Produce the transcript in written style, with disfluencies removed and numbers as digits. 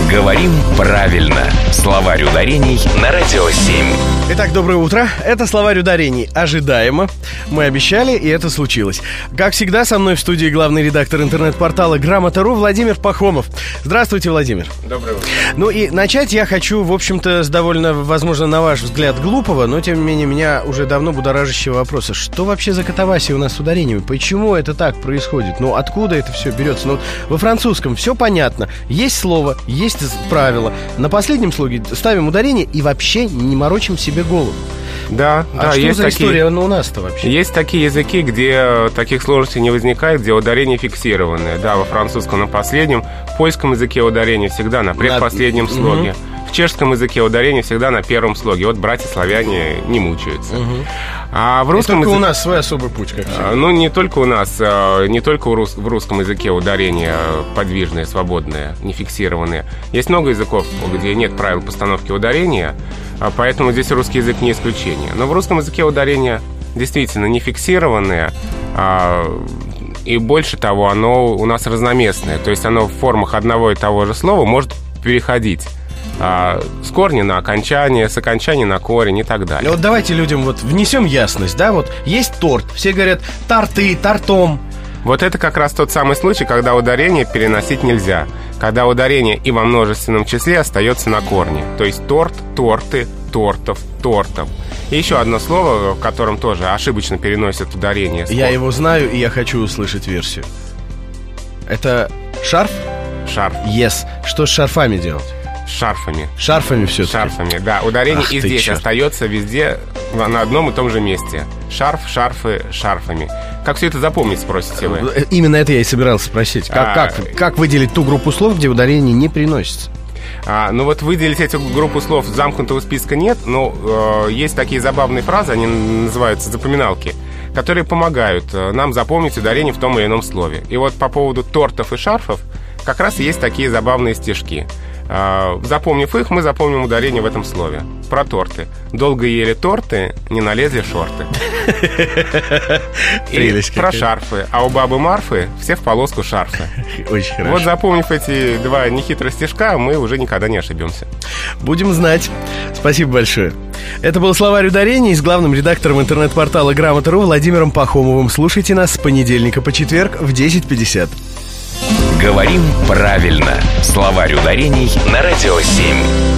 Говорим правильно. Словарь ударений на Радио 7. Итак, доброе утро. Это словарь ударений. Ожидаемо. Мы обещали, и это случилось. Как всегда, со мной в студии главный редактор интернет-портала Грамота.ру Владимир Пахомов. Здравствуйте, Владимир. Доброе утро. Ну и начать я хочу, в общем-то, с довольно, возможно, на ваш взгляд, глупого, но, тем не менее, меня уже давно будоражащего вопроса. Что вообще за катавасия у нас с ударениями? Почему это так происходит? Ну, откуда это все берется? Ну, вот во французском все понятно. Есть слово, есть правило. На последнем слоге ставим ударение и вообще не морочим себе голову. Да, что есть за такие, история у нас-то вообще? Есть такие языки, где таких сложностей не возникает, где ударение фиксированное. Да, во французском на последнем, в польском языке ударение всегда на предпоследнем слоге. В чешском языке ударение всегда на первом слоге. Вот братья-славяне не мучаются. А в русском у нас свой особый путь, как всегда. Ну, не только у нас, не только в русском языке ударения подвижные, свободные, не фиксированные. Есть много языков, где нет правил постановки ударения, поэтому здесь русский язык не исключение. Но в русском языке ударения действительно не фиксированные, и больше того, оно у нас разноместное. То есть оно в формах одного и того же слова может переходить с корня на окончание, с окончания на корень и так далее. Вот давайте людям вот внесем ясность, да, вот есть торт, все говорят торты, тортом. Вот это как раз тот самый случай, когда ударение переносить нельзя. Когда ударение и во множественном числе остается на корне. То есть торт, торты, тортов, тортов. И еще одно слово, в котором тоже ошибочно переносят ударение. Я его знаю, и я хочу услышать версию. Это шарф? Шарф. Yes. Что с шарфами делать? С шарфами. Шарфами все-таки? Шарфами, да. Ударение Ах и здесь черт. остается везде на одном и том же месте. Шарф, шарфы, шарфами. Как все это запомнить, спросите вы? Именно это я и собирался спросить. Как выделить ту группу слов, где ударение не переносится? Ну вот выделить эту группу слов замкнутого списка нет, но есть такие забавные фразы, они называются запоминалки, которые помогают нам запомнить ударение в том или ином слове. И вот по поводу тортов и шарфов как раз и есть такие забавные стишки. Запомнив их, мы запомним ударение в этом слове. Про торты. Долго ели торты, не налезли шорты. И про шарфы. А у бабы Марфы все в полоску шарфы. Очень хорошо. Вот запомнив эти два нехитрых стишка, мы уже никогда не ошибемся. Будем знать. Спасибо большое. Это был словарь ударений с главным редактором интернет-портала Грамота.ру Владимиром Пахомовым. Слушайте нас с понедельника по четверг в 10:50. Говорим правильно. Словарь ударений на Радио 7.